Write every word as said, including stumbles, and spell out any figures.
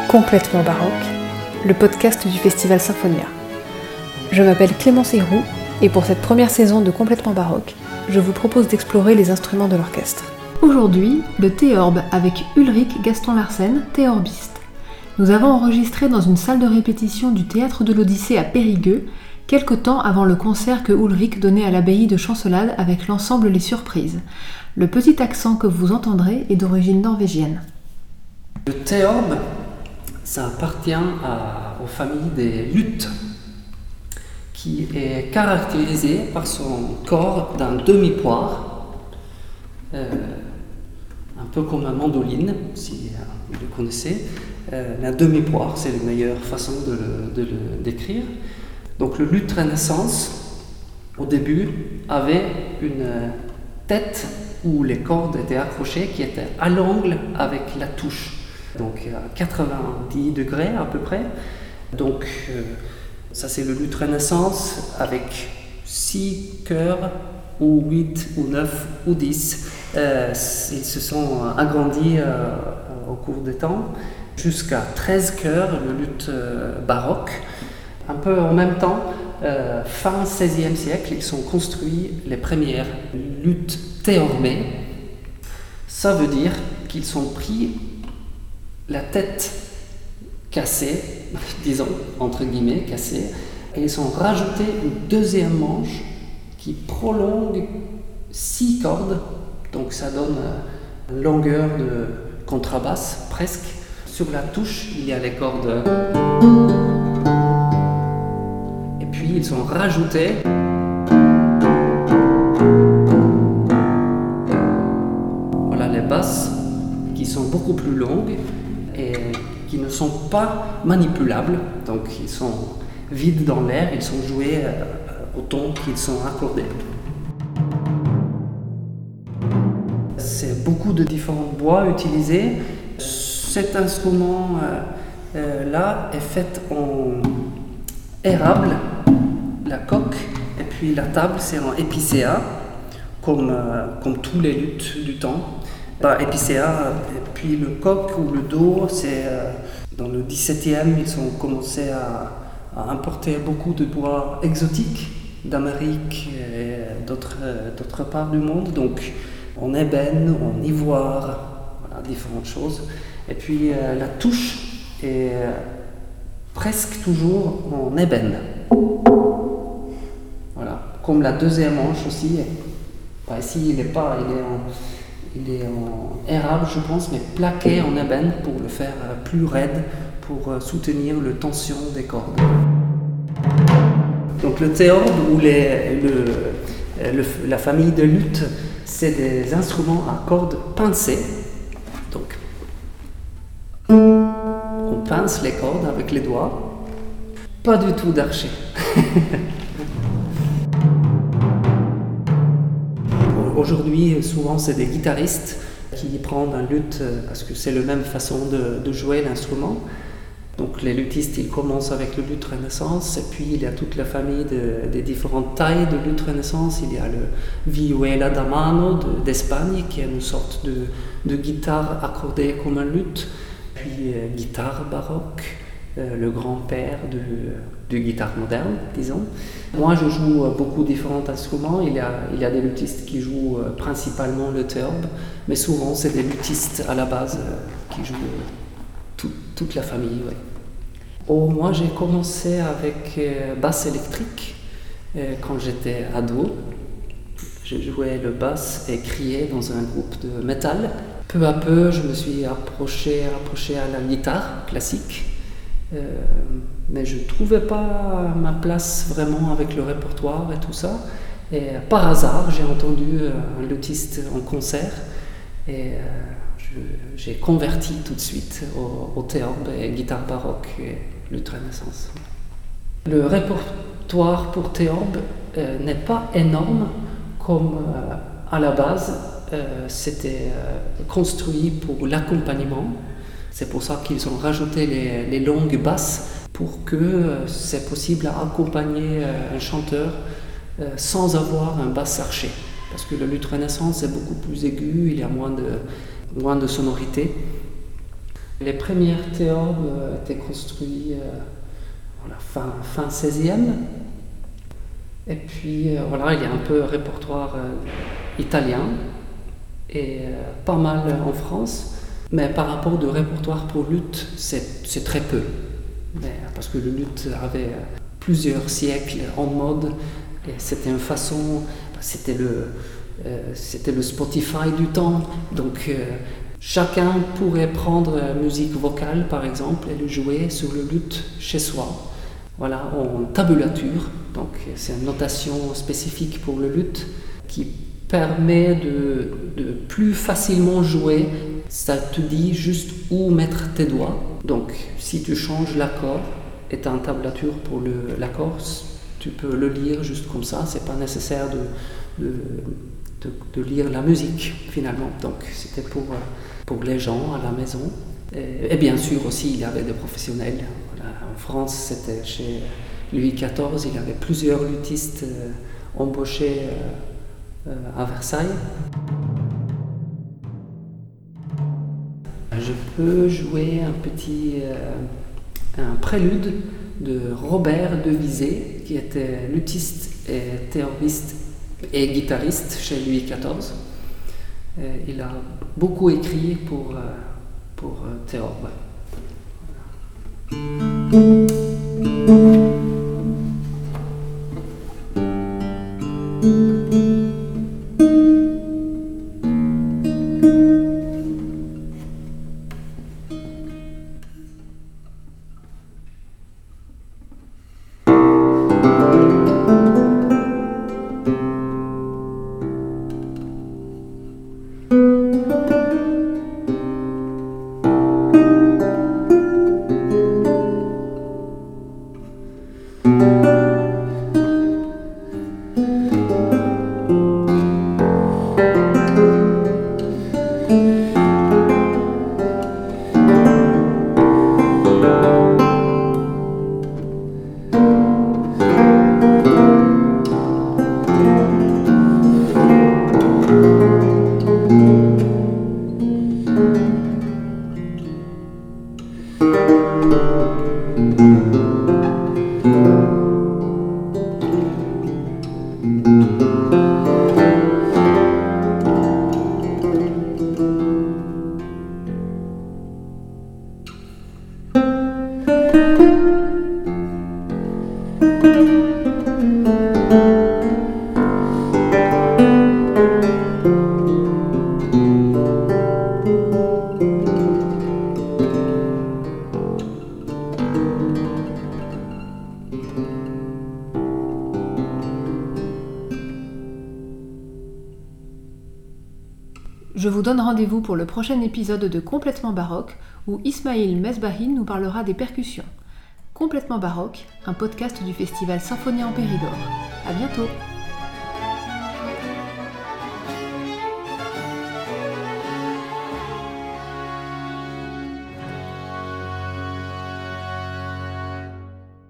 Complètement baroque, le podcast du Festival Symphonia. Je m'appelle Clémence Héroux et pour cette première saison de Complètement baroque, je vous propose d'explorer les instruments de l'orchestre. Aujourd'hui, le théorbe avec Ulrich Gaston Larsen, théorbiste. Nous avons enregistré dans une salle de répétition du Théâtre de l'Odyssée à Périgueux, quelque temps avant le concert que Ulrich donnait à l'abbaye de Chancelade avec l'ensemble Les Surprises. Le petit accent que vous entendrez est d'origine norvégienne. Le théorbe, ça appartient à, aux familles des luths, qui est caractérisé par son corps d'un demi-poire, euh, un peu comme un mandoline, si euh, vous le connaissez. Euh, un demi-poire, c'est la meilleure façon de le, de le décrire. Donc le luth Renaissance, au début, avait une tête où les cordes étaient accrochées, qui était à l'angle avec la touche. Donc à quatre-vingt-dix degrés à peu près. Donc euh, ça c'est le luth Renaissance avec six chœurs ou huit ou neuf ou dix. Euh, ils se sont agrandis euh, au cours des temps jusqu'à treize chœurs, le luth euh, baroque. Un peu en même temps, euh, fin seizième siècle, ils sont construits les premières luths théorbées. Ça veut dire qu'ils sont pris la tête cassée, disons, entre guillemets, cassée, et ils ont rajouté une deuxième manche qui prolonge six cordes, donc ça donne une longueur de contrebasse presque. Sur la touche, il y a les cordes. Et puis ils ont rajouté voilà les basses qui sont beaucoup plus longues et qui ne sont pas manipulables, donc ils sont vides dans l'air, ils sont joués au ton qu'ils sont accordés. C'est beaucoup de différents bois utilisés. Cet instrument euh, euh, là est fait en érable, la coque, et puis la table c'est en épicéa, comme, euh, comme tous les luths du temps. Bah, épicéa, et puis le coq ou le dos, c'est euh, dans le dix-septième, ils ont commencé à, à importer beaucoup de bois exotiques d'Amérique et d'autres, euh, d'autres parts du monde, donc en ébène, en ivoire, voilà, différentes choses. Et puis euh, la touche est euh, presque toujours en ébène. Voilà, comme la deuxième manche aussi. Bah, ici, il n'est pas, il est en Il est en érable, je pense, mais plaqué en ébène pour le faire plus raide, pour soutenir la tension des cordes. Donc le théorbe ou les, le, le, la famille de luth, c'est des instruments à cordes pincées. Donc on pince les cordes avec les doigts, pas du tout d'archet. Aujourd'hui, souvent, c'est des guitaristes qui prennent un luth parce que c'est la même façon de, de jouer l'instrument. Donc les luthistes, ils commencent avec le luth Renaissance, et puis il y a toute la famille de, des différentes tailles de luth Renaissance. Il y a le vihuela da mano de, d'Espagne, qui est une sorte de, de guitare accordée comme un luth, puis euh, guitare baroque, euh, le grand-père de, de guitare moderne, disons. Moi, je joue beaucoup de différents instruments. Il y a, il y a des luthistes qui jouent principalement le théorbe, mais souvent, c'est des luthistes à la base qui jouent tout, toute la famille. Ouais. Oh, moi, j'ai commencé avec basse électrique quand j'étais ado. Je jouais le basse et criais dans un groupe de métal. Peu à peu, je me suis approché, approché à la guitare classique. Euh, mais je ne trouvais pas ma place vraiment avec le répertoire et tout ça. Et par hasard, j'ai entendu un luthiste en concert et euh, je, j'ai converti tout de suite au, au théorbe et guitare baroque et luth Renaissance. Le répertoire pour théorbe euh, n'est pas énorme comme euh, à la base, euh, c'était euh, construit pour l'accompagnement. C'est pour ça qu'ils ont rajouté les, les longues basses pour que euh, c'est possible à accompagner euh, un chanteur euh, sans avoir un basse arché. Parce que le luth Renaissance est beaucoup plus aigu, il y a moins de, moins de sonorité. Les premières théorbes euh, étaient construites euh, voilà, fin, fin seizième. Et puis euh, voilà, il y a un peu un répertoire euh, italien et euh, pas mal en France. Mais par rapport au répertoire pour luth, c'est, c'est très peu. Mais, parce que le luth avait plusieurs siècles en mode et c'était une façon, c'était le, euh, c'était le Spotify du temps. Donc euh, chacun pourrait prendre la musique vocale par exemple et le jouer sur le luth chez soi. Voilà, en tabulature. Donc c'est une notation spécifique pour le luth qui permet de, de plus facilement jouer. Ça te dit juste où mettre tes doigts. Donc si tu changes l'accord et tu as une tablature pour le, l'accord, tu peux le lire juste comme ça. C'est pas nécessaire de, de, de, de lire la musique finalement. Donc c'était pour, pour les gens à la maison. Et, et bien sûr aussi il y avait des professionnels. Voilà, en France c'était chez Louis quatorze, il y avait plusieurs luthistes euh, embauchés euh, euh, à Versailles. Je peux jouer un petit euh, un prélude de Robert de Vizé, qui était luthiste et théorbiste et guitariste chez Louis quatorze. Et il a beaucoup écrit pour, euh, pour euh, théorbe. Je vous donne rendez-vous pour le prochain épisode de Complètement Baroque où Ismail Mesbahin nous parlera des percussions. Complètement Baroque, un podcast du festival Symphonia en Périgord. À bientôt!